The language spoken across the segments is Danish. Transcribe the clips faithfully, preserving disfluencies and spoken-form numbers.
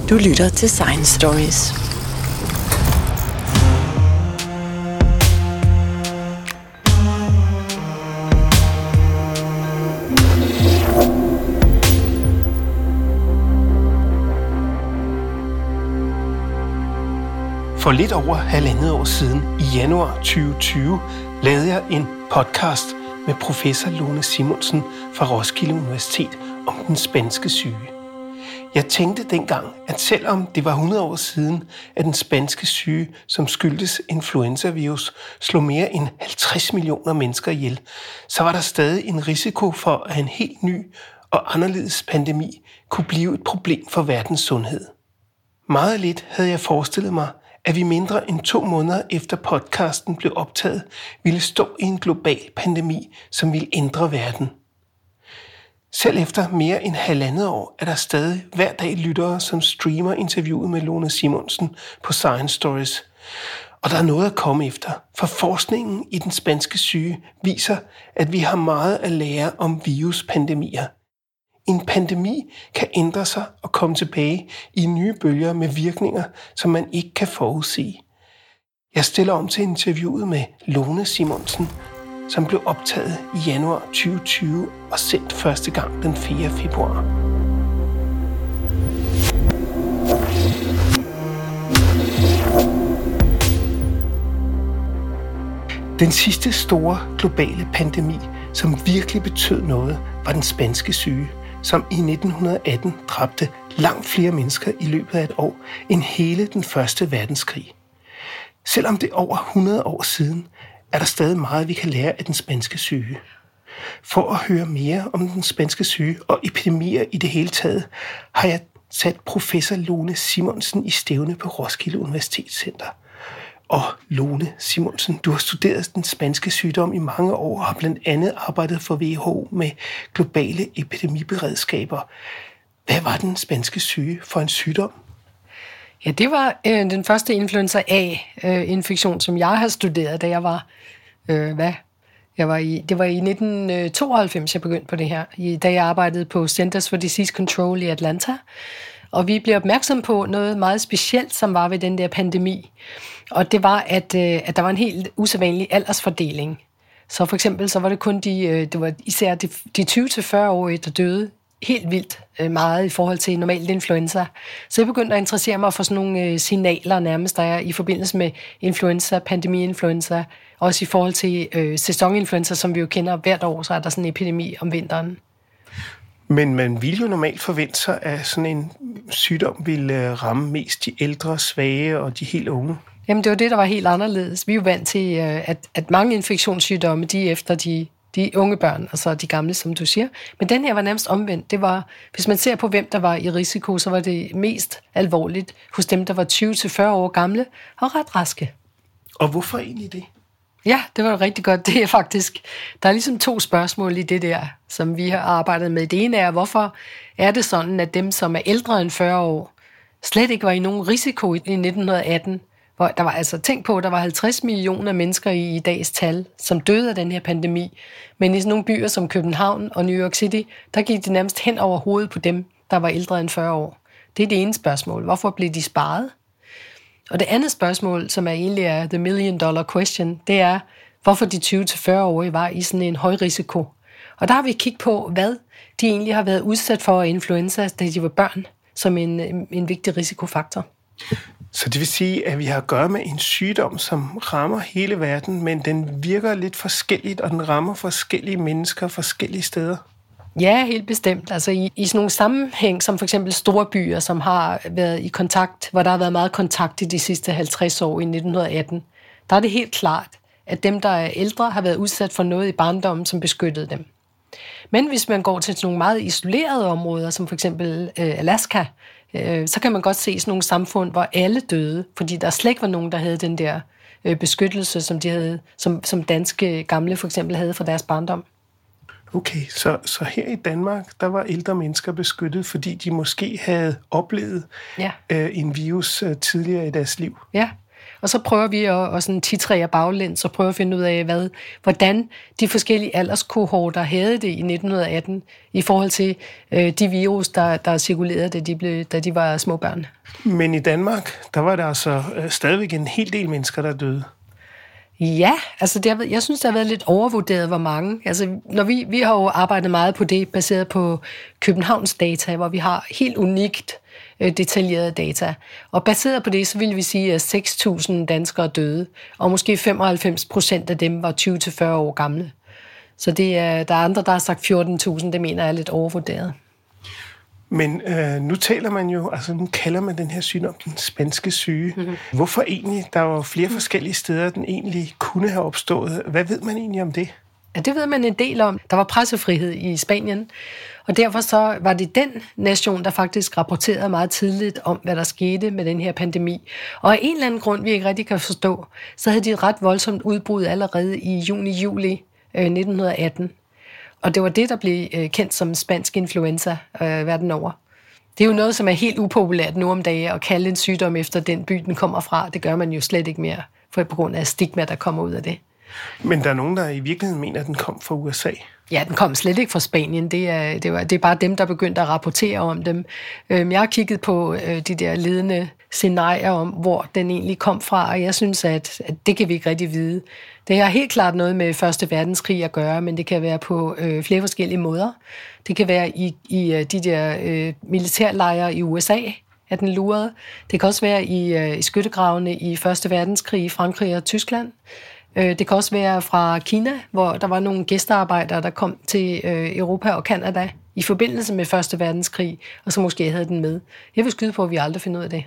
Du lytter til Science Stories. For lidt over halvandet år siden, i januar tyve tyve, lavede jeg en podcast med professor Lone Simonsen fra Roskilde Universitet om den spanske syge. Jeg tænkte dengang, at selvom det var hundrede år siden, at den spanske syge, som skyldtes influenzavirus, slog mere end halvtreds millioner mennesker ihjel, så var der stadig en risiko for, at en helt ny og anderledes pandemi kunne blive et problem for verdens sundhed. Meget lidt havde jeg forestillet mig, at vi mindre end to måneder efter podcasten blev optaget, ville stå i en global pandemi, som ville ændre verden. Selv efter mere end halvandet år er der stadig hver dag lyttere, som streamer interviewet med Lone Simonsen på Science Stories. Og der er noget at komme efter, for forskningen i den spanske syge viser, at vi har meget at lære om viruspandemier. En pandemi kan ændre sig og komme tilbage i nye bølger med virkninger, som man ikke kan forudsige. Jeg stiller om til interviewet med Lone Simonsen, som blev optaget i januar tyve tyve og sendt første gang den fjerde februar. Den sidste store globale pandemi, som virkelig betød noget, var den spanske syge, som i nitten atten dræbte langt flere mennesker i løbet af et år end hele den første verdenskrig. Selvom det er over hundrede år siden, er der stadig meget, vi kan lære af den spanske syge. For at høre mere om den spanske syge og epidemier i det hele taget, har jeg sat professor Lone Simonsen i stævne på Roskilde Universitetscenter. Og Lone Simonsen, du har studeret den spanske sygdom i mange år og har blandt andet arbejdet for W H O med globale epidemiberedskaber. Hvad var den spanske syge for en sygdom? Ja, det var øh, den første influenza A-infektion, som jeg har studeret, da jeg var, øh, hvad? Jeg var i, det var i nitten tooghalvfems, jeg begyndte på det her, i, da jeg arbejdede på Centers for Disease Control i Atlanta. Og vi blev opmærksom på noget meget specielt, som var ved den der pandemi. Og det var, at, øh, at der var en helt usædvanlig aldersfordeling. Så for eksempel, så var det kun de, øh, det var især de, de tyve til fyrre-årige, der døde helt vildt øh, meget i forhold til normalt influenza. Så jeg begyndte at interessere mig for sådan nogle øh, signaler nærmest, der er i forbindelse med influenza, pandemi-influenza, også i forhold til øh, sæsoninfluenza, som vi jo kender hvert år, så er der sådan en epidemi om vinteren. Men man ville jo normalt forvente sig, at sådan en sygdom ville ramme mest de ældre, svage og de helt unge. Jamen det var det, der var helt anderledes. Vi er jo vant til, at, at mange infektionssygdomme, de er efter de, de unge børn, altså de gamle, som du siger. Men den her var nærmest omvendt. Det var, hvis man ser på, hvem der var i risiko, så var det mest alvorligt hos dem, der var tyve til fyrre år gamle og ret raske. Og hvorfor egentlig det? Ja, det var rigtig godt. Det er faktisk, der er ligesom to spørgsmål i det der, som vi har arbejdet med. Det ene er, hvorfor er det sådan, at dem, som er ældre end fyrre år, slet ikke var i nogen risiko i nitten atten, hvor der var altså, tænk på, at der var halvtreds millioner mennesker i, i dags tal, som døde af den her pandemi. Men i sådan nogle byer som København og New York City, der gik det nærmest hen over hovedet på dem, der var ældre end fyrre år. Det er det ene spørgsmål. Hvorfor blev de sparet? Og det andet spørgsmål, som er egentlig er the million dollar question, det er, hvorfor de tyve til fyrre-årige var i sådan en høj risiko. Og der har vi kigget på, hvad de egentlig har været udsat for af influenza, da de var børn, som en, en vigtig risikofaktor. Så det vil sige, at vi har at gøre med en sygdom, som rammer hele verden, men den virker lidt forskelligt, og den rammer forskellige mennesker forskellige steder. Ja, helt bestemt. Altså i, i sådan nogle sammenhæng, som for eksempel store byer, som har været i kontakt, hvor der har været meget kontakt i de sidste halvtreds år i nitten atten, der er det helt klart, at dem, der er ældre, har været udsat for noget i barndommen, som beskyttede dem. Men hvis man går til sådan nogle meget isolerede områder, som for eksempel øh, Alaska, øh, så kan man godt se sådan nogle samfund, hvor alle døde, fordi der slet ikke var nogen, der havde den der øh, beskyttelse, som de havde, som, som danske gamle for eksempel havde fra deres barndom. Okay, så, så her i Danmark, der var ældre mennesker beskyttet, fordi de måske havde oplevet ja. øh, en virus øh, tidligere i deres liv. Ja, Og så prøver vi at, at sådan titrere baglæns og prøve at finde ud af, hvad, hvordan de forskellige alderskohorter havde det i nitten atten i forhold til øh, de virus, der, der cirkulerede, da de, blev, da de var små børn. Men i Danmark, der var der altså øh, stadigvæk en hel del mennesker, der døde. Ja, altså det har, jeg synes, det har været lidt overvurderet, hvor mange. Altså, når vi, vi har jo arbejdet meget på det, baseret på Københavns data, hvor vi har helt unikt øh, detaljerede data. Og baseret på det, så vil vi sige, at seks tusind danskere døde, og måske femoghalvfems procent af dem var tyve til fyrre år gamle. Så det er, der er andre, der har sagt fjorten tusind, det mener jeg er lidt overvurderet. Men øh, nu taler man jo, altså nu kalder man den her sygdom den spanske syge. Mm-hmm. Hvorfor egentlig? Der var jo flere forskellige steder, den egentlig kunne have opstået. Hvad ved man egentlig om det? Ja, det ved man en del om. Der var pressefrihed i Spanien, og derfor så var det den nation, der faktisk rapporterede meget tidligt om, hvad der skete med den her pandemi. Og af en eller anden grund, vi ikke rigtig kan forstå, så havde de et ret voldsomt udbrud allerede i juni-juli øh, nitten atten. Og det var det, der blev øh, kendt som spansk influenza øh, verden over. Det er jo noget, som er helt upopulært nu om dagen, at kalde en sygdom efter den by, den kommer fra. Det gør man jo slet ikke mere, for på grund af stigma, der kommer ud af det. Men der er nogen, der i virkeligheden mener, at den kom fra U S A. Ja, den kom slet ikke fra Spanien. Det er, det var, det er bare dem, der begyndte at rapportere om dem. Jeg har kigget på de der ledende scenarier om, hvor den egentlig kom fra, og jeg synes, at, at det kan vi ikke rigtig vide. Det har helt klart noget med Første Verdenskrig at gøre, men det kan være på øh, flere forskellige måder. Det kan være i, i de der øh, militærlejre i U S A, at den lurede. Det kan også være i, øh, i skyttegravene i Første Verdenskrig i Frankrig og Tyskland. Det kan også være fra Kina, hvor der var nogle gæstearbejdere, der kom til Europa og Canada i forbindelse med Første Verdenskrig, og så måske havde den med. Jeg vil skyde på, at vi aldrig finder ud af det.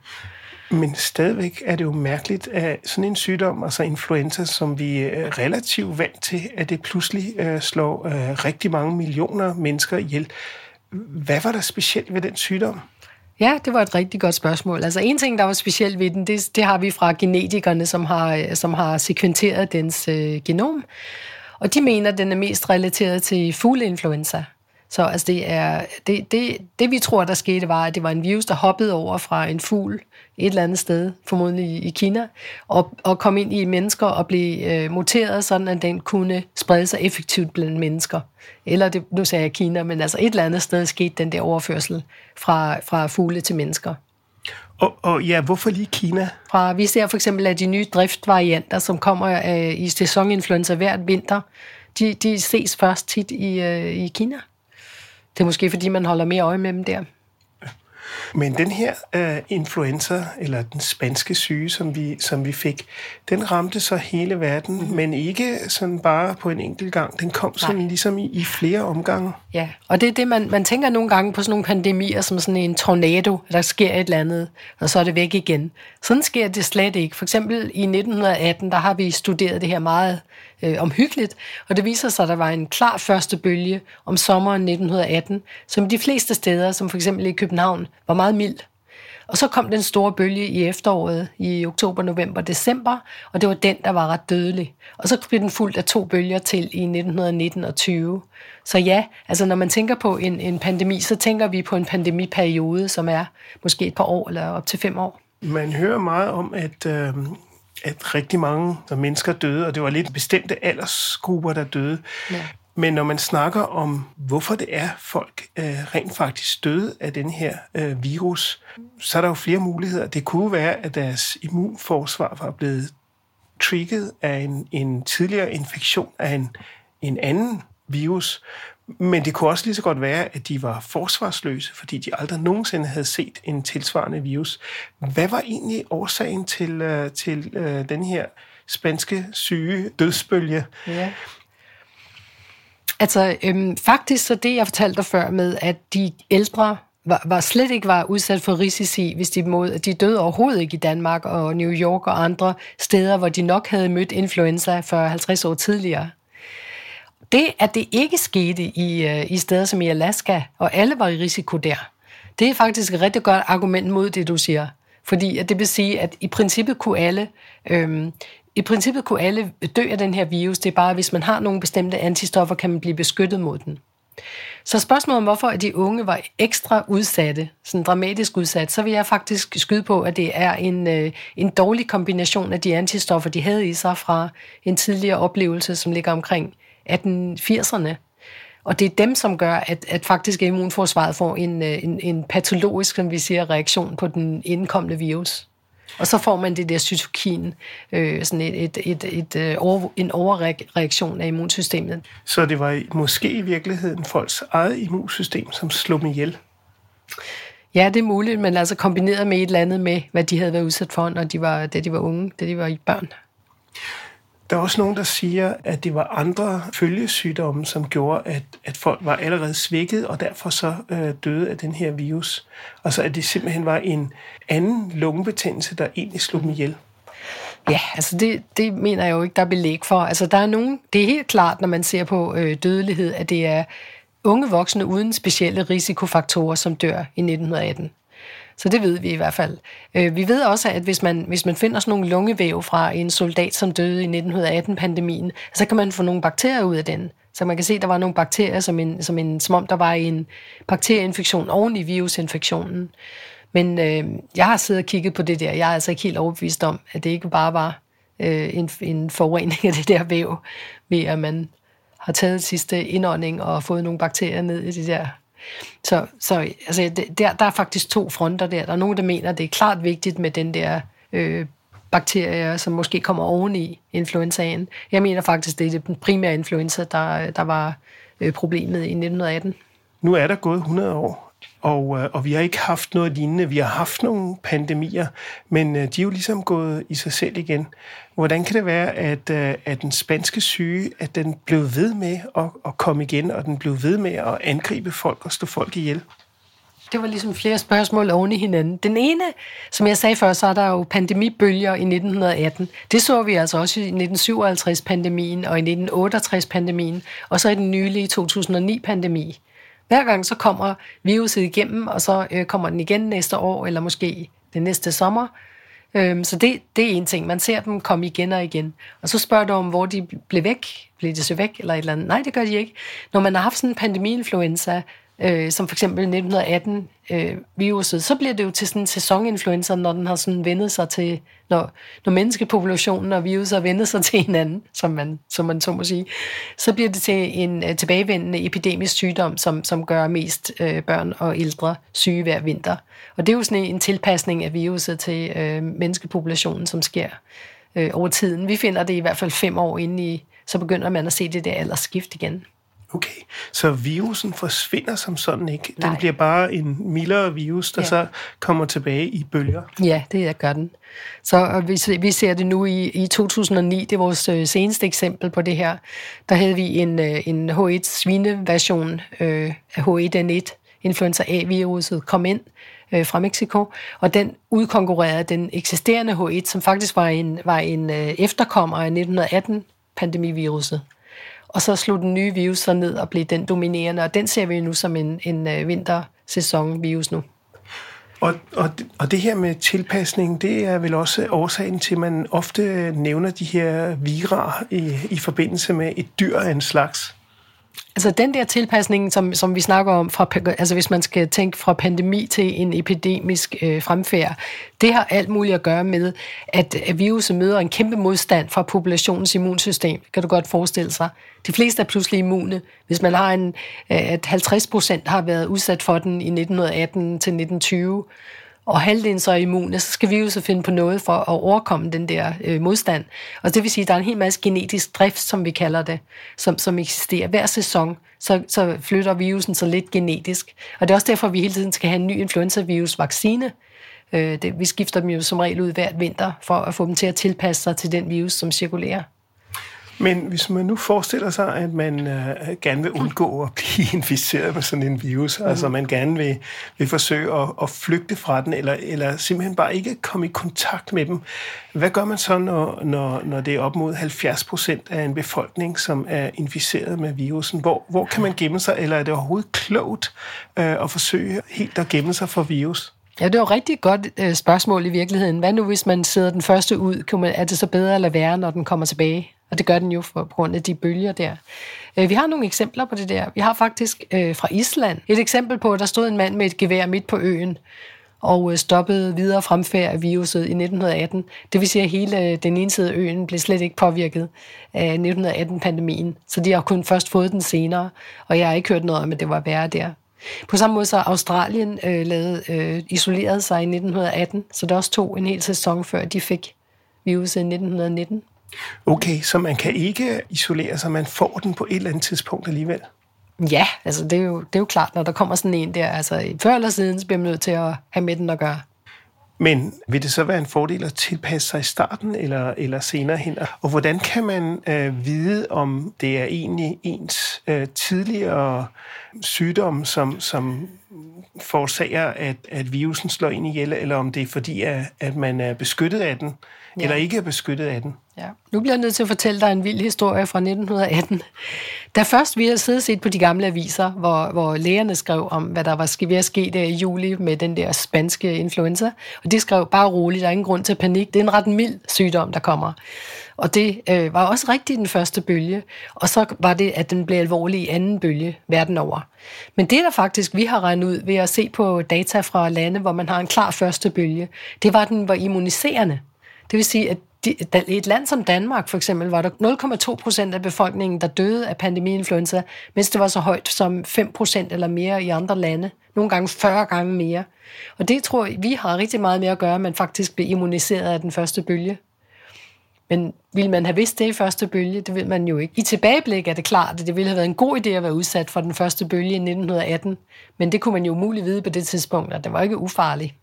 Men stadigvæk er det jo mærkeligt, at sådan en sygdom, altså influenza, som vi er relativt vant til, at det pludselig uh, slår uh, rigtig mange millioner mennesker ihjel. Hvad var der specielt ved den sygdom? Ja, det var et rigtig godt spørgsmål. Altså en ting, der var specielt ved den, det, det har vi fra genetikerne, som har, som har sekventeret dens øh, genom. Og de mener, at den er mest relateret til fugleinfluenza. Så altså, det, er, det, det, det, vi tror, der skete, var, at det var en virus, der hoppede over fra en fugl et eller andet sted, formodentlig i, i Kina, og, og kom ind i mennesker og blev øh, muteret, sådan at den kunne sprede sig effektivt blandt mennesker. Eller, det, nu sagde jeg Kina, men altså et eller andet sted skete den der overførsel fra, fra fugle til mennesker. Og, og ja, hvorfor lige Kina? Fra, vi ser for eksempel, at de nye driftvarianter, som kommer øh, i sæsoninfluenza hvert vinter, de, de ses først tit i, øh, i Kina. Det er måske, fordi man holder mere øje med dem der. Men den her uh, influenza, eller den spanske syge, som vi, som vi fik, den ramte så hele verden, mm-hmm. men ikke sådan bare på en enkelt gang. Den kom sådan Nej. ligesom i, i flere omgange. Ja, og det er det, man, man tænker nogle gange på sådan nogle pandemier, som sådan en tornado, der sker et eller andet, og så er det væk igen. Sådan sker det slet ikke. For eksempel i nitten atten, der har vi studeret det her meget øh, omhyggeligt, og det viser sig, at der var en klar første bølge om sommeren nitten atten, som de fleste steder, som for eksempel i København, var meget mild. Og så kom den store bølge i efteråret, i oktober, november, december, og det var den, der var ret dødelig. Og så blev den fulgt af to bølger til i nitten nitten og tyve. Så ja, altså når man tænker på en, en pandemi, så tænker vi på en pandemiperiode, som er måske et par år eller op til fem år. Man hører meget om, at, øh, at rigtig mange mennesker døde, og det var lidt bestemte aldersgrupper, der døde. Ja. Men når man snakker om, hvorfor det er, folk øh, rent faktisk døde af den her øh, virus, så er der jo flere muligheder. Det kunne være, at deres immunforsvar var blevet trigget af en, en tidligere infektion af en, en anden virus. Men det kunne også lige så godt være, at de var forsvarsløse, fordi de aldrig nogensinde havde set en tilsvarende virus. Hvad var egentlig årsagen til, øh, til øh, den her spanske syge dødsbølge? Ja. Altså, øhm, faktisk så det, jeg fortalte dig før med, at de ældre var, var slet ikke var udsat for risici, hvis de, mod, de døde overhovedet ikke i Danmark og New York og andre steder, hvor de nok havde mødt influenza fyrre til halvtreds år tidligere. Det, at det ikke skete i, i steder som i Alaska, og alle var i risiko der, det er faktisk et rigtig godt argument mod det, du siger. Fordi at det vil sige, at i princippet kunne alle... Øhm, I princippet kunne alle dø af den her virus. Det er bare, hvis man har nogle bestemte antistoffer, kan man blive beskyttet mod den. Så spørgsmålet om, hvorfor de unge var ekstra udsatte, sådan dramatisk udsat, så vil jeg faktisk skyde på, at det er en, øh, en dårlig kombination af de antistoffer, de havde i sig fra en tidligere oplevelse, som ligger omkring atten firserne. Og det er dem, som gør, at, at faktisk immunforsvaret får en, en, en patologisk, som vi siger, reaktion på den indkommende virus. Og så får man det der cytokin, øh, sådan et, et, et, et, et over, en overreaktion af immunsystemet. Så det var måske i virkeligheden folks eget immunsystem, som slog dem ihjel? Ja, det er muligt, men altså kombineret med et eller andet med, hvad de havde været udsat for, når de var, da de var unge, da de var børn. Der er også nogen, der siger, at det var andre følgesygdomme, som gjorde, at, at folk var allerede svækket, og derfor så øh, døde af den her virus. Og så at det simpelthen var en anden lungebetændelse, der egentlig slog dem ihjel. Ja, altså det, det mener jeg jo ikke, der er belæg for. Altså der er nogen, det er helt klart, når man ser på øh, dødelighed, at det er unge voksne uden specielle risikofaktorer, som dør i nitten atten. Så det ved vi i hvert fald. Vi ved også, at hvis man, hvis man finder sådan nogle lungevæv fra en soldat, som døde i nitten atten-pandemien, så kan man få nogle bakterier ud af den. Så man kan se, at der var nogle bakterier, som, en, som, en, som om der var en bakterieinfektion oven i virusinfektionen. Men øh, jeg har siddet og kigget på det der. Jeg er altså ikke helt overbevist om, at det ikke bare var øh, en, en forurening af det der væv, ved at man har taget sidste indånding og fået nogle bakterier ned i det der. Så, så altså, der, der er faktisk to fronter der. Der er nogen, der mener, at det er klart vigtigt med den der øh, bakterier, som måske kommer oven i influenzaen. Jeg mener faktisk, det er den primære influenza, der, der var øh, problemet i nitten atten. Nu er der gået hundrede år, og, og vi har ikke haft noget lignende. Vi har haft nogle pandemier, men de er jo ligesom gået i sig selv igen. Hvordan kan det være, at, at den spanske syge, at den blev ved med at, at komme igen, og den blev ved med at angribe folk og slå folk ihjel? Det var ligesom flere spørgsmål oven i hinanden. Den ene, som jeg sagde før, så er der jo pandemibølger i nitten atten. Det så vi altså også i nitten syvoghalvtreds-pandemien og i nitten otteogtres-pandemien, og så i den nylige to tusind og ni-pandemi. Hver gang så kommer viruset igennem, og så øh, kommer den igen næste år, eller måske det næste sommer. Øhm, så det, det er en ting. Man ser dem komme igen og igen. Og så spørger du om, hvor de blev væk. Blev de så væk, eller et eller andet? Nej, det gør de ikke. Når man har haft sådan en pandemi-influenza, øh, som for eksempel nitten atten-viruset, øh, så bliver det jo til sådan en sæsoninfluenza, når den har sådan vendet sig til, når, når menneskepopulationen og viruset har vendet sig til hinanden, som man, som man så må sige, så bliver det til en øh, tilbagevendende epidemisk sygdom, som, som gør mest øh, børn og ældre syge hver vinter. Og det er jo sådan en tilpasning af viruset til øh, menneskepopulationen, som sker øh, over tiden. Vi finder det i hvert fald fem år inde i, så begynder man at se det der aldersskift igen. Okay, så virusen forsvinder som sådan ikke? Den Nej. bliver bare en mildere virus, der ja. så kommer tilbage i bølger? Ja, det gør den. Så vi, vi ser det nu i, i to tusind og ni, det er vores øh, seneste eksempel på det her. Der havde vi en, øh, en H et svineversion øh, af H et N et, influenza A-viruset, kom ind øh, fra Mexico, og den udkonkurrerede den eksisterende H et, som faktisk var en, var en øh, efterkommer af nitten atten-pandemiviruset. Og så slog den nye virus så ned og blev den dominerende, og den ser vi nu som en, en uh, vintersæson-virus nu. Og, og, og det her med tilpasning, det er vel også årsagen til, at man ofte nævner de her vira i, i forbindelse med et dyr af en slags? Altså den der tilpasning, som, som vi snakker om, fra, altså hvis man skal tænke fra pandemi til en epidemisk øh, fremfærd, det har alt muligt at gøre med, at viruset møder en kæmpe modstand fra populationens immunsystem. Kan du godt forestille sig. De fleste er pludselig immune. Hvis man har en, at halvtreds procent har været udsat for den i nitten atten til nitten tyve, og halvdelen så er immune, så skal viruset finde på noget for at overkomme den der øh, modstand. Og det vil sige, at der er en hel masse genetisk drift, som vi kalder det, som, som eksisterer. Hver sæson, så, så flytter virusen så lidt genetisk. Og det er også derfor, at vi hele tiden skal have en ny influenza-virus-vaccine. Øh, det, vi skifter dem jo som regel ud hvert vinter, for at få dem til at tilpasse sig til den virus, som cirkulerer. Men hvis man nu forestiller sig, at man øh, gerne vil undgå at blive inficeret med sådan en virus, mm. altså man gerne vil, vil forsøge at, at flygte fra den, eller, eller simpelthen bare ikke komme i kontakt med dem, hvad gør man så, når, når, når det er op mod halvfjerds procent af en befolkning, som er inficeret med virusen? Hvor, hvor kan man gemme sig, eller er det overhovedet klogt øh, at forsøge helt at gemme sig for virus? Ja, det er jo et rigtig godt øh, spørgsmål i virkeligheden. Hvad nu, hvis man sidder den første ud? Er det så bedre eller værre, når den kommer tilbage? Og det gør den jo for, på grund af de bølger der. Øh, vi har nogle eksempler på det der. Vi har faktisk øh, fra Island et eksempel på, at der stod en mand med et gevær midt på øen, og stoppede videre fremfærd af viruset i nitten atten. Det vil sige, at hele den ene side af øen blev slet ikke påvirket af nitten atten-pandemien. Så de har kun først fået den senere, og jeg har ikke hørt noget om, at det var værre der. På samme måde så Australien øh, lavede, øh, isolerede sig i nitten atten, så det også tog en hel sæson, før de fik viruset i nitten nitten. Okay, så man kan ikke isolere sig, man får den på et eller andet tidspunkt alligevel? Ja, altså det er, jo, det er jo klart, når der kommer sådan en der, altså før eller siden, så bliver man nødt til at have med den at gøre. Men vil det så være en fordel at tilpasse sig i starten eller, eller senere hen? Og hvordan kan man øh, vide, om det er egentlig ens øh, tidligere sygdom, som, som forårsager, at, at virusen slår ind ihjel, eller om det er fordi, at, at man er beskyttet af den, ja. Eller ikke er beskyttet af den? Ja. Nu bliver jeg nødt til at fortælle dig en vild historie fra nitten atten. Da først vi har siddet set på de gamle aviser, hvor, hvor lægerne skrev om, hvad der var ved at ske der i juli med den der spanske influenza, og de skrev bare roligt, der er ingen grund til panik. Det er en ret mild sygdom, der kommer. Og det øh, var også rigtigt den første bølge, og så var det, at den blev alvorlig i anden bølge verden over. Men det, der faktisk vi har regnet ud ved at se på data fra lande, hvor man har en klar første bølge, det var, at den var immuniserende. Det vil sige, at i et land som Danmark, for eksempel, var der nul komma to procent af befolkningen, der døde af pandemi-influenza, mens det var så højt som fem procent eller mere i andre lande. Nogle gange fyrre gange mere. Og det tror jeg, vi har rigtig meget med at gøre, at man faktisk blev immuniseret af den første bølge. Men ville man have vidst det i første bølge? Det vil man jo ikke. I tilbageblik er det klart, at det ville have været en god idé at være udsat for den første bølge i nitten atten, men det kunne man jo umuligt vide på det tidspunkt, og det var ikke ufarligt.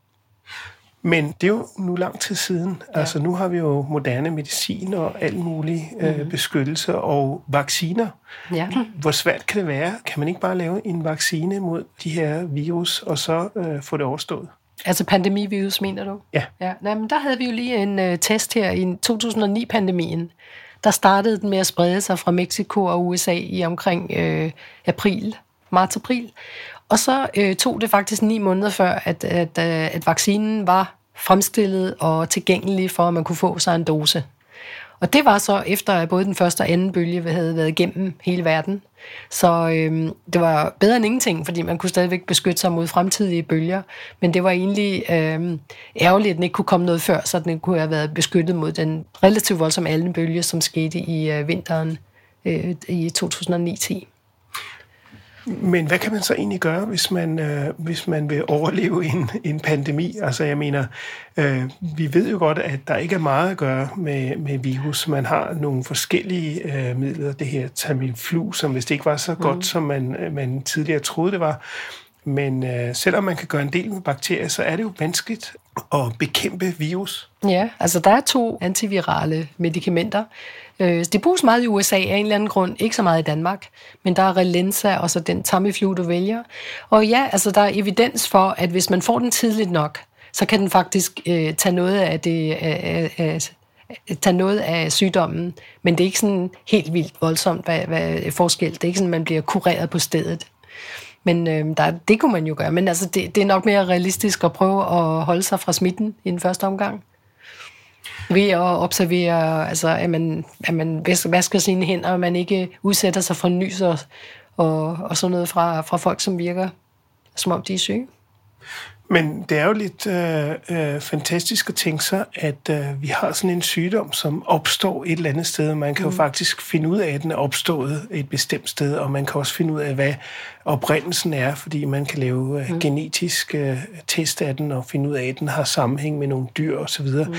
Men det er jo nu lang tid siden. Ja. Altså nu har vi jo moderne medicin og alt muligt øh, mm. beskyttelse og vacciner. Ja. Hvor svært kan det være? Kan man ikke bare lave en vaccine mod de her virus, og så øh, få det overstået? Altså pandemivirus, mener du? Ja. Ja. Nej, men der havde vi jo lige en øh, test her i to tusind og ni-pandemien. Der startede den med at sprede sig fra Mexico og U S A i omkring øh, april, marts-april. Og så øh, tog det faktisk ni måneder før, at, at, at vaccinen var fremstillet og tilgængelig for, at man kunne få sig en dose. Og det var så efter, at både den første og anden bølge havde været igennem hele verden. Så øh, det var bedre end ingenting, fordi man kunne stadigvæk beskytte sig mod fremtidige bølger. Men det var egentlig øh, ærgerligt, at den ikke kunne komme noget før, så den kunne have været beskyttet mod den relativt voldsomme anden bølge, som skete i øh, vinteren øh, i to tusind og ni til ti. Men hvad kan man så egentlig gøre, hvis man, øh, hvis man vil overleve en, en pandemi? Altså jeg mener, øh, vi ved jo godt, at der ikke er meget at gøre med, med virus. Man har nogle forskellige øh, midler, det her Tamiflu, som hvis det ikke var så godt, mm. som man, man tidligere troede, det var. Men øh, selvom man kan gøre en del med bakterier, så er det jo vanskeligt at bekæmpe virus. Ja, altså der er to antivirale medicamenter. Det bruges meget i U S A af en eller anden grund, ikke så meget i Danmark, men der er Relenza og så den Tamiflu, du vælger. Og ja, altså der er evidens for, at hvis man får den tidligt nok, så kan den faktisk øh, tage noget af det, øh, øh, tage noget af sygdommen, men det er ikke sådan helt vildt voldsomt, hvad, hvad forskel. Det er ikke sådan, at man bliver kureret på stedet. Men øh, der, det kunne man jo gøre. Men altså, det, det er nok mere realistisk at prøve at holde sig fra smitten i den første omgang. Ved at observere, altså, at man, at man vasker sine hænder, og man ikke udsætter sig for nys og, og, og sådan noget fra, fra folk, som virker, som om de er syge. Men det er jo lidt øh, øh, fantastisk at tænke sig, at øh, vi har sådan en sygdom, som opstår et eller andet sted. Man kan mm. jo faktisk finde ud af, at den er opstået et bestemt sted, og man kan også finde ud af, hvad oprindelsen er, fordi man kan lave øh, mm. genetisk øh, test af den, og finde ud af, at den har sammenhæng med nogle dyr osv. Mm.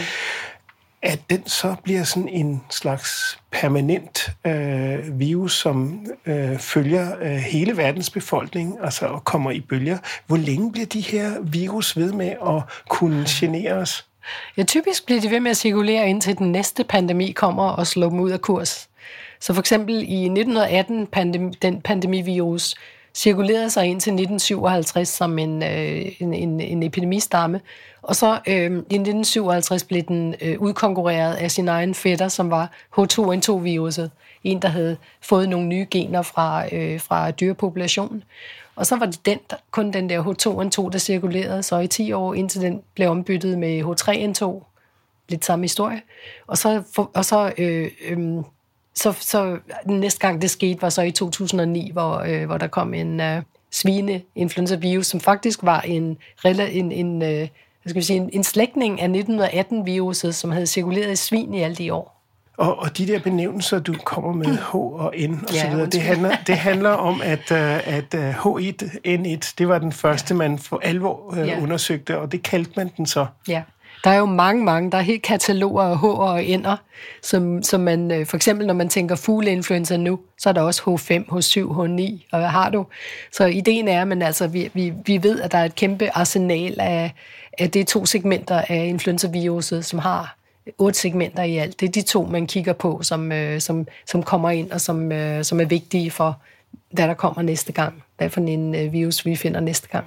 At den så bliver sådan en slags permanent øh, virus, som øh, følger øh, hele verdens befolkning, altså og kommer i bølger. Hvor længe bliver de her virus ved med at kunne genere os? Ja, typisk bliver de ved med at cirkulere, indtil den næste pandemi kommer og slår dem ud af kurs. Så for eksempel i nitten atten, pandemi, den pandemivirus cirkulerede sig ind til nitten syvoghalvtreds som en, øh, en, en, en epidemistamme, og så øh, i nitten syvoghalvtreds blev den øh, udkonkurreret af sin egen fætter, som var H to N to-viruset. En, der havde fået nogle nye gener fra, øh, fra dyrepopulationen. Og så var det den, der, kun den der H to N to, der cirkulerede så i ti år, indtil den blev ombyttet med H tre N to lidt samme historie. Og så, for, og så, øh, øh, så, så næste gang det skete, var så i to tusind og ni, hvor, øh, hvor der kom en øh, svineinfluenza-virus, som faktisk var en, en, en, øh, hvad skal vi sige, en, en slægtning af nitten atten-viruset, som havde cirkuleret i svin i alle de år. Og, og de der benævnelser, du kommer med, H og N og ja, så videre, det handler, det handler om, at, at H et N et, det var den første, man for alvor uh, ja. undersøgte, og det kaldte man den så. Ja, der er jo mange, mange, der er helt kataloger af H og N'er, som, som man, for eksempel når man tænker fugleinfluenza nu, så er der også H fem, H syv, H ni, og hvad har du? Så ideen er, men altså, vi, vi, vi ved, at der er et kæmpe arsenal af, af de to segmenter af influenzaviruset, som har otte segmenter i alt. Det er de to, man kigger på, som, øh, som, som kommer ind, og som, øh, som er vigtige for, hvad der kommer næste gang. Hvad for en øh, virus, vi finder næste gang.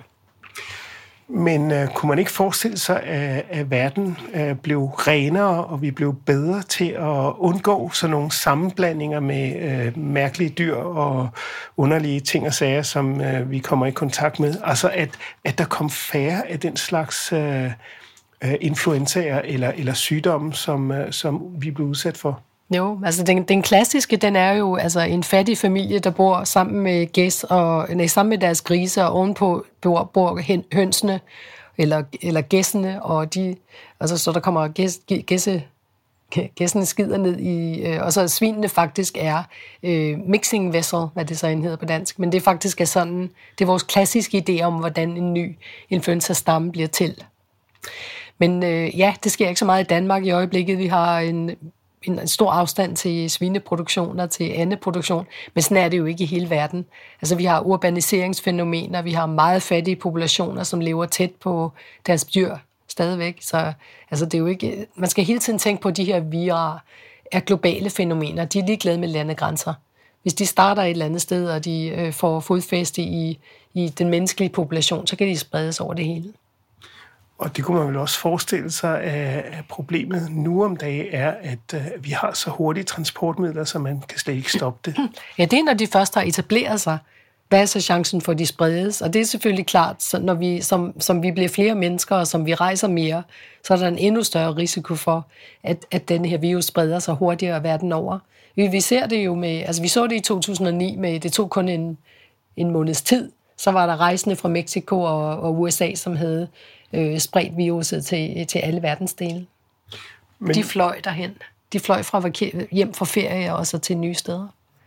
Men øh, kunne man ikke forestille sig, at, at verden øh, blev renere, og vi blev bedre til at undgå sådan nogle sammenblandinger med øh, mærkelige dyr og underlige ting og sager, som øh, vi kommer i kontakt med? Altså, at, at der kom færre af den slags øh, influenzaer eller, eller sygdomme, som, som vi blev udsat for? Jo, altså den, den klassiske, den er jo altså en fattig familie, der bor sammen med gæs og nej, sammen med deres grise, og ovenpå bor, bor hønsene eller, eller gæssene, og de, altså så der kommer gæs, gæsse, gæssene skider ned i, øh, og så svinene faktisk er øh, mixing vessel, hvad det så hedder på dansk, men det faktisk er sådan, det er vores klassiske idé om, hvordan en ny influenza-stamme bliver til. Men øh, ja, det sker ikke så meget i Danmark i øjeblikket. Vi har en, en, en stor afstand til svineproduktion og til andeproduktion, men sådan er det jo ikke i hele verden. Altså, vi har urbaniseringsfænomener, vi har meget fattige populationer, som lever tæt på deres dyr stadigvæk. Så altså, det er jo ikke, man skal hele tiden tænke på, at de her virer er globale fænomener. De er ligeglade med landegrænser. Hvis de starter et eller andet sted, og de øh, får fodfæste i, i den menneskelige population, så kan de spredes over det hele. Og det kunne man vel også forestille sig, at problemet nu om dagen er, at vi har så hurtige transportmidler, så man kan slet ikke stoppe det. Ja, det er, når de først har etableret sig. Hvad er så chancen for, at de spredes? Og det er selvfølgelig klart, så når vi, som, som vi bliver flere mennesker, og som vi rejser mere, så er der en endnu større risiko for, at, at den her virus spreder sig hurtigere verden over. Vi, vi ser det jo med, altså vi så det i to tusind og ni, med det tog kun en, en måneds tid. Så var der rejsende fra Mexico og, og U S A, som havde øh, spredt viruset til, til alle verdensdele. Men de fløj derhen. De fløj fra hjem fra ferie og så til nye steder.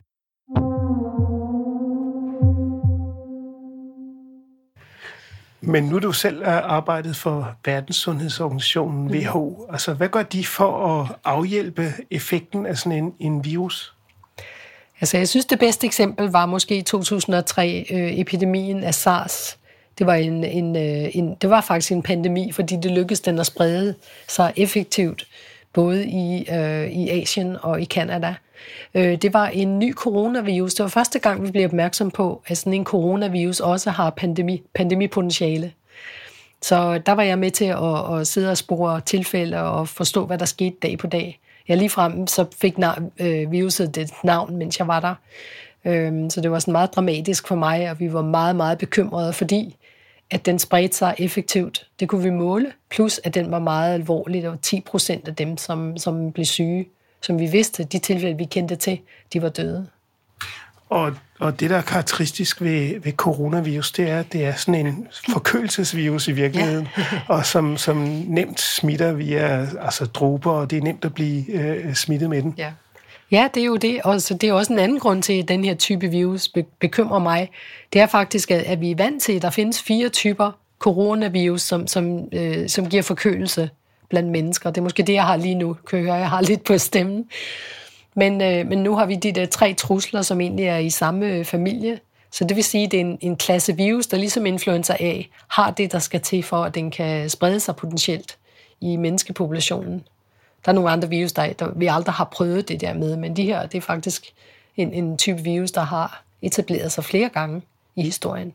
Men nu er du selv arbejdet for Verdenssundhedsorganisationen W H O. Altså, hvad gør de for at afhjælpe effekten af sådan en, en virus? Altså, jeg synes, det bedste eksempel var måske i to tusind og tre øh, epidemien af SARS. Det var, en, en, en, det var faktisk en pandemi, fordi det lykkedes den at sprede sig effektivt, både i, øh, i Asien og i Canada. Øh, det var en ny coronavirus. Det var første gang, vi blev opmærksom på, at sådan en coronavirus også har pandemi, pandemipotentiale. Så der var jeg med til at, at sidde og spore tilfælde og forstå, hvad der skete dag på dag. Jeg ligefrem så fik navn, øh, viruset det navn, mens jeg var der. Øh, så det var sådan meget dramatisk for mig, og vi var meget, meget bekymrede, fordi at den spredte sig effektivt. Det kunne vi måle, plus at den var meget alvorlig. Der var ti procent af dem, som, som blev syge, som vi vidste, de tilfælde, vi kendte til, de var døde. Og, og det, der er karakteristisk ved, ved coronavirus, det er, at det er sådan en forkølelsesvirus i virkeligheden, ja. og som, som nemt smitter via altså dråber, og det er nemt at blive øh, smittet med den. Ja. Ja, det er jo det, og så det er også en anden grund til, at den her type virus bekymrer mig. Det er faktisk, at vi er vant til, at der findes fire typer coronavirus, som, som, øh, som giver forkølelse blandt mennesker. Det er måske det, jeg har lige nu, kan jeg høre, jeg har lidt på stemmen. Men, øh, men nu har vi de der tre trusler, som egentlig er i samme familie. Så det vil sige, at det er en, en klasse virus, der ligesom influenza A, har det, der skal til for, at den kan sprede sig potentielt i menneskepopulationen. Der er nogle andre virus, der, der vi aldrig har prøvet det der med, men de her, det er faktisk en, en type virus, der har etableret sig flere gange i historien.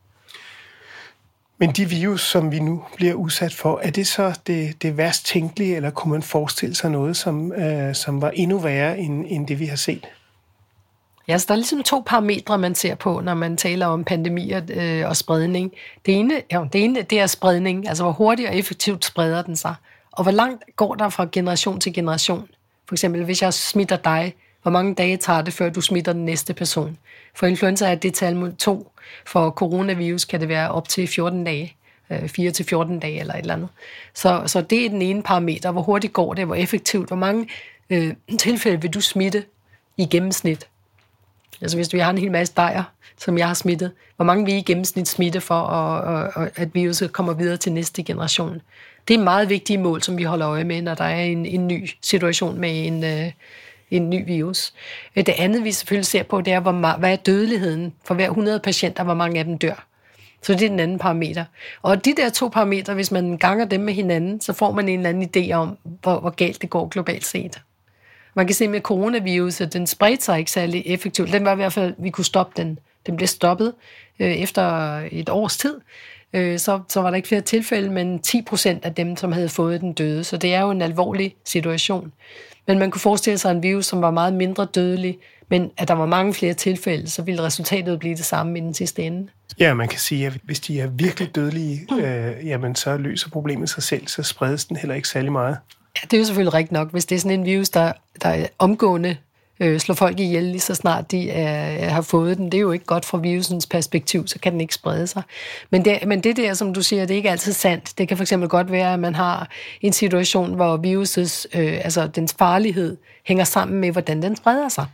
Men de virus, som vi nu bliver udsat for, er det så det, det værst tænkelige, eller kunne man forestille sig noget, som, øh, som var endnu værre end, end det, vi har set? Ja, så der er ligesom to parametre, man ser på, når man taler om pandemier øh, og spredning. Det ene, ja, det ene, det er spredning, altså hvor hurtigt og effektivt spreder den sig. og hvor langt går der fra generation til generation? For eksempel, hvis jeg smitter dig, hvor mange dage tager det, før du smitter den næste person? For influenza er det tal to. For coronavirus kan det være op til fjorten dage. fire til fjorten dage eller et eller andet. Så, så det er den ene parameter. Hvor hurtigt går det? Hvor effektivt? Hvor mange øh, tilfælde vil du smitte i gennemsnit? Altså hvis vi har en hel masse dejer, som jeg har smittet, hvor mange vil I gennemsnit smitte for, at, at, at viruset kommer videre til næste generation? Det er meget vigtige mål, som vi holder øje med, når der er en, en ny situation med en, øh, en ny virus. Det andet, vi selvfølgelig ser på, det er, hvor, hvad er dødeligheden for hver hundrede patienter, hvor mange af dem dør. Så det er den anden parameter. Og de der to parametre, hvis man ganger dem med hinanden, så får man en eller anden idé om, hvor, hvor galt det går globalt set. Man kan se med coronavirus, at den spredte sig ikke særlig effektivt. Den var i hvert fald, vi kunne stoppe den. Den blev stoppet øh, efter et års tid. Øh, så, så var der ikke flere tilfælde, men ti procent af dem, som havde fået den, døde. Så det er jo en alvorlig situation. Men man kunne forestille sig en virus, som var meget mindre dødelig, men at der var mange flere tilfælde, så ville resultatet blive det samme i den sidste ende. Ja, man kan sige, at hvis de er virkelig dødelige, øh, jamen så løser problemet sig selv, så spredes den heller ikke særlig meget. Ja, det er jo selvfølgelig rigtigt nok. Hvis det er sådan en virus, der, der er omgående øh, slår folk ihjel, lige så snart de er, har fået den, det er jo ikke godt fra virusens perspektiv, så kan den ikke sprede sig. Men det, men det der, som du siger, det er ikke altid sandt. Det kan fx godt være, at man har en situation, hvor virusets, øh, altså dens farlighed, hænger sammen med, hvordan den spreder sig.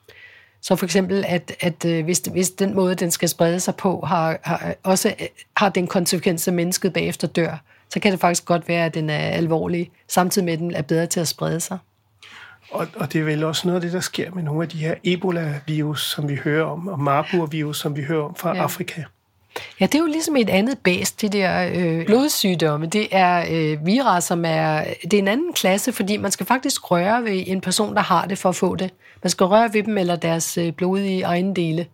Så for eksempel, at, at øh, hvis, hvis den måde, den skal sprede sig på, har, har, også har den konsekvens, at mennesket bagefter dør, så kan det faktisk godt være, at den er alvorlig, samtidig med, at den er bedre til at sprede sig. Og, og det er vel også noget af det, der sker med nogle af de her Ebola-virus, som vi hører om, og Marburg-virus, som vi hører om fra ja. Afrika. Ja, det er jo ligesom et andet bæs, de der øh, blodsygdomme. Det er øh, vira, som er, det er en anden klasse, fordi man skal faktisk røre ved en person, der har det for at få det. Man skal røre ved dem eller deres øh, blodige ejendele.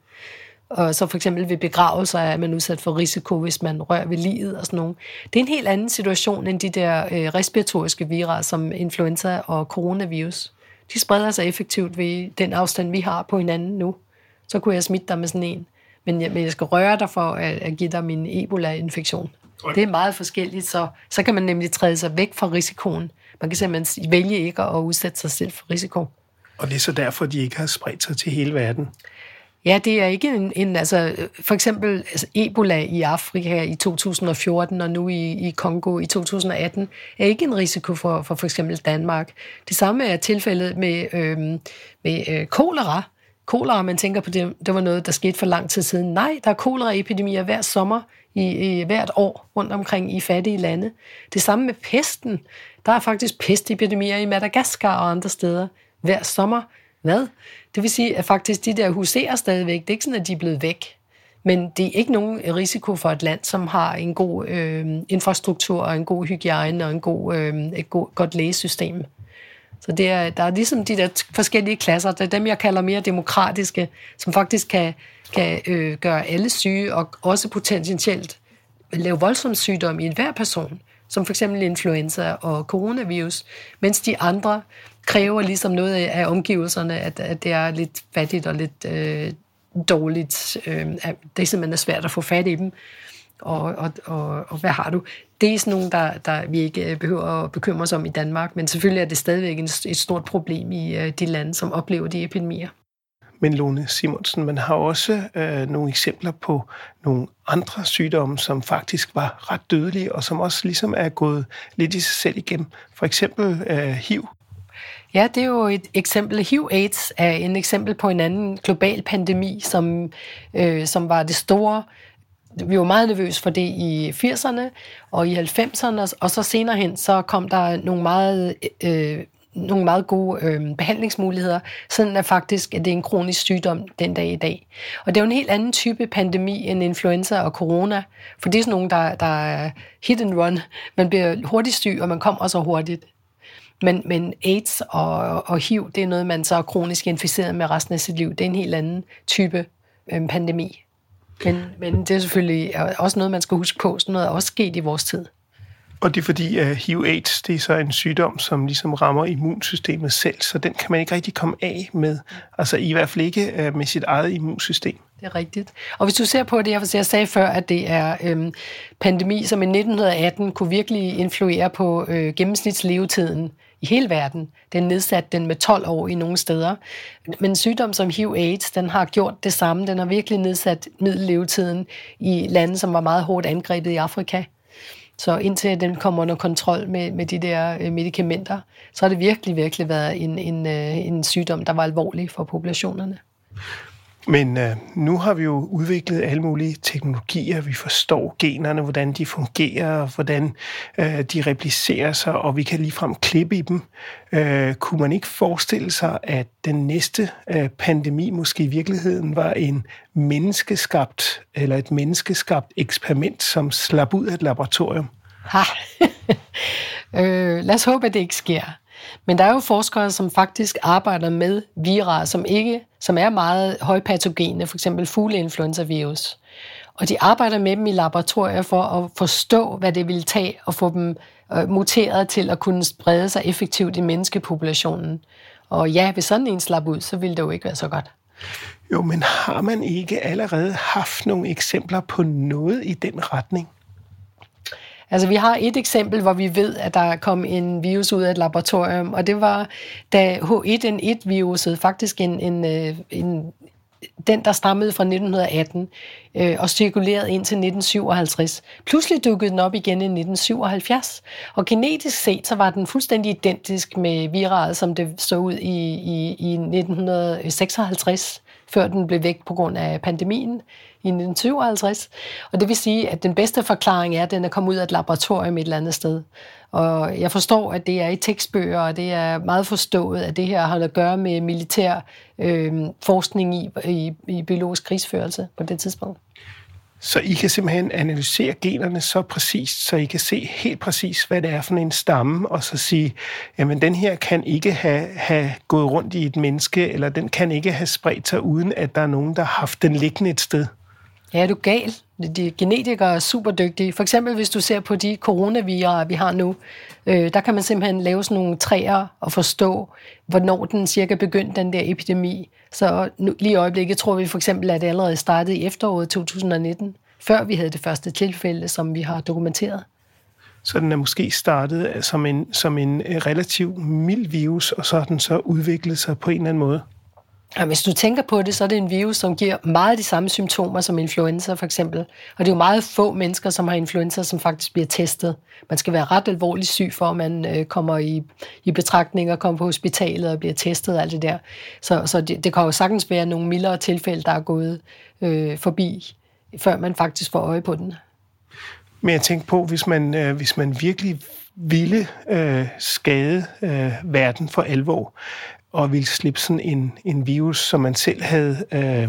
Og så for eksempel ved begravelser er man udsat for risiko, hvis man rører ved liget og sådan noget. Det er en helt anden situation end de der øh, respiratoriske vira, som influenza og coronavirus. De spreder sig effektivt ved den afstand, vi har på hinanden nu. Så kunne jeg smitte dig med sådan en. Men jeg, men jeg skal røre dig for at, at give dig min Ebola-infektion. Okay. Det er meget forskelligt, så, så kan man nemlig træde sig væk fra risikoen. Man kan simpelthen vælge ikke at udsætte sig selv for risiko. Og det er så derfor, de ikke har spredt sig til hele verden? Ja, det er ikke en, en altså for eksempel altså Ebola i Afrika i to tusind og fjorten og nu i, i Kongo i to tusind og atten er ikke en risiko for for, for eksempel Danmark. Det samme er tilfældet med, øh, med øh, kolera. Kolera, man tænker på det, det var noget, der skete for lang tid siden. Nej, der er koleraepidemier hver sommer i, i hvert år rundt omkring i fattige lande. Det samme med pesten. Der er faktisk pestepidemier i Madagaskar og andre steder hver sommer. Hvad? Det vil sige, at faktisk de der huserer stadigvæk. Det er ikke sådan, at de er blevet væk. Men det er ikke nogen risiko for et land, som har en god øh, infrastruktur og en god hygiejne og en god, øh, et god, godt lægesystem. Så det er, der er ligesom de der forskellige klasser. Det er dem, jeg kalder mere demokratiske, som faktisk kan, kan øh, gøre alle syge og også potentielt lave voldsom sygdom i enhver person, som for eksempel influenza og coronavirus, mens de andre kræver ligesom noget af omgivelserne, at, at det er lidt fattigt og lidt øh, dårligt. Øh, det er simpelthen svært at få fat i dem. Og, og, og, og hvad har du? Det er sådan nogle, der, der vi ikke behøver at bekymre os om i Danmark, men selvfølgelig er det stadigvæk et stort problem i de lande, som oplever de epidemier. Men Lone Simonsen, man har også øh, nogle eksempler på nogle andre sygdomme, som faktisk var ret dødelige, og som også ligesom er gået lidt i sig selv igennem. For eksempel øh, H I V. Ja, det er jo et eksempel. H I V-AIDS er en eksempel på en anden global pandemi, som, øh, som var det store. Vi var meget nervøse for det i firserne og i halvfemserne, og så senere hen, så kom der nogle meget, øh, nogle meget gode øh, behandlingsmuligheder, sådan at faktisk at det er en kronisk sygdom den dag i dag. Og det er jo en helt anden type pandemi end influenza og corona, for det er sådan nogle, der, der er hit and run. Man bliver hurtigt syg, og man kommer så hurtigt. Men, men AIDS og, og H I V, det er noget, man så er kronisk inficeret med resten af sit liv. Det er en helt anden type øh, pandemi. Men, men det er selvfølgelig også noget, man skal huske på. Sådan noget er også sket i vores tid. Og det er fordi, at H I V-AIDS, det er så en sygdom, som ligesom rammer immunsystemet selv, så den kan man ikke rigtig komme af med. Altså i hvert fald ikke med sit eget immunsystem. det er rigtigt. Og hvis du ser på det, jeg sagde før, at det er øhm, pandemi, som i nitten atten kunne virkelig influere på øh, gennemsnitslevetiden i hele verden. Den nedsatte den med tolv år i nogle steder. Men sygdom som H I V AIDS, den har gjort det samme. Den har virkelig nedsat middellevetiden i lande, som var meget hårdt angrebet i Afrika. Så indtil den kommer under kontrol med, med de der øh, medicamenter, så har det virkelig, virkelig været en, en, øh, en sygdom, der var alvorlig for populationerne. Men øh, nu har vi jo udviklet alle mulige teknologier. Vi forstår generne, hvordan de fungerer, hvordan øh, de replicerer sig, og vi kan ligefrem klippe i dem. Øh, kunne man ikke forestille sig, at den næste øh, pandemi måske i virkeligheden var en menneskeskabt, eller et menneskeskabt eksperiment, som slap ud af et laboratorium? Ha! øh, lad os håbe, at det ikke sker. Men der er jo forskere, som faktisk arbejder med vira, som ikke, som er meget højpatogene, for eksempel fugleinfluenza-virus. Og de arbejder med dem i laboratorier for at forstå, hvad det vil tage at få dem øh, muteret til at kunne sprede sig effektivt i menneskepopulationen. Og ja, hvis sådan en slap ud, så ville det jo ikke være så godt. Jo, men har man ikke allerede haft nogle eksempler på noget i den retning? Altså, vi har et eksempel, hvor vi ved, at der kom en virus ud af et laboratorium, og det var, da H et N et-viruset, faktisk en, en, en, den, der stammede fra nitten atten øh, og cirkulerede indtil nitten syvoghalvtreds. Pludselig dukkede den op igen i nitten syvoghalvfjerds, og genetisk set, så var den fuldstændig identisk med viraet, som det så ud i, i, i nitten seksoghalvtreds, før den blev væk på grund af pandemien i nitten syvoghalvtreds. Og det vil sige, at den bedste forklaring er, at den er kommet ud af et laboratorium et eller andet sted. Og jeg forstår, at det er i tekstbøger, og det er meget forstået, at det her har at gøre med militær øh, forskning i, i, i biologisk krigsførelse på det tidspunkt. Så I kan simpelthen analysere generne så præcist, så I kan se helt præcis, hvad det er for en stamme, og så sige, jamen den her kan ikke have, have gået rundt i et menneske, eller den kan ikke have spredt sig, uden at der er nogen, der har haft den liggende et sted. Ja, du er gal. De genetikere er super dygtige. For eksempel, hvis du ser på de coronavirer, vi har nu, øh, der kan man simpelthen lave sådan nogle træer og forstå, hvornår den cirka begyndte, den der epidemi. Så nu, lige i øjeblikket tror vi for eksempel, at det allerede startede i efteråret to tusind nitten, før vi havde det første tilfælde, som vi har dokumenteret. Så den er måske startet som en, som en relativt mild virus, og så har den så udviklet sig på en eller anden måde? Ja, hvis du tænker på det, så er det en virus, som giver meget de samme symptomer som influenza for eksempel. Og det er jo meget få mennesker, som har influenza, som faktisk bliver testet. Man skal være ret alvorligt syg, for at man øh, kommer i, i betragtning og kommer på hospitalet og bliver testet og alt det der. Så, så det, det kan jo sagtens være nogle mildere tilfælde, der er gået øh, forbi, før man faktisk får øje på den. Men jeg tænker på, hvis man, øh, hvis man virkelig ville øh, skade øh, verden for alvor, og ville slippe sådan en, en virus, som man selv havde øh,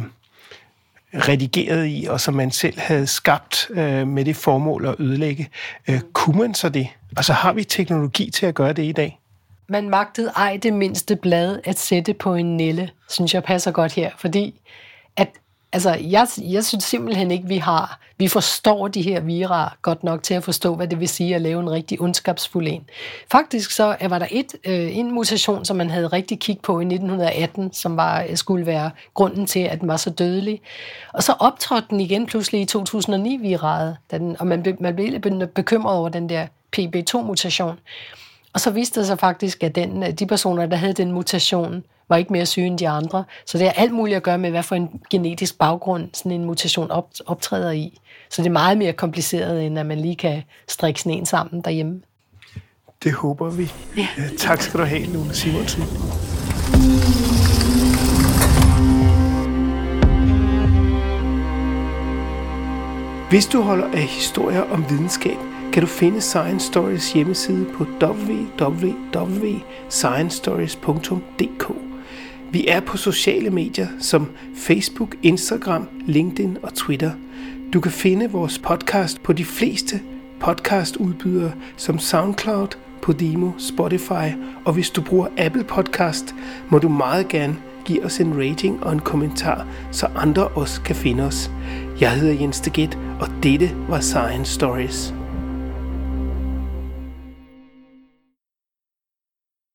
redigeret i, og som man selv havde skabt øh, med det formål at ødelægge. Øh, kunne man så det? Og så har vi teknologi til at gøre det i dag. Man magtede ej det mindste blad at sætte på en nælle, synes jeg passer godt her, fordi at Altså, jeg, jeg synes simpelthen ikke, vi har, vi forstår de her vira godt nok til at forstå, hvad det vil sige at lave en rigtig ondskabsfuld en. Faktisk så var der et, øh, en mutation, som man havde rigtig kig på i nitten atten, som var, skulle være grunden til, at den var så dødelig. Og så optrådte den igen pludselig i to tusind ni-viraet, og man, be, man blev bekymret over den der P B to mutation. Og så viste det sig faktisk, at den, de personer, der havde den mutation, var ikke mere syge end de andre. Så det er alt muligt at gøre med, hvad for en genetisk baggrund sådan en mutation optræder i. Så det er meget mere kompliceret, end at man lige kan strikke sådan en sammen derhjemme. Det håber vi. Ja. Tak skal du have, Lone Simonsen. Hvis du holder af historier om videnskab, kan du finde Science Stories hjemmeside på w w w punktum science stories punktum d k. Vi er på sociale medier som Facebook, Instagram, LinkedIn og Twitter. Du kan finde vores podcast på de fleste podcastudbydere som SoundCloud, Podimo, Spotify, og hvis du bruger Apple Podcast, må du meget gerne give os en rating og en kommentar, så andre også kan finde os. Jeg hedder Jens Deget, og dette var Science Stories.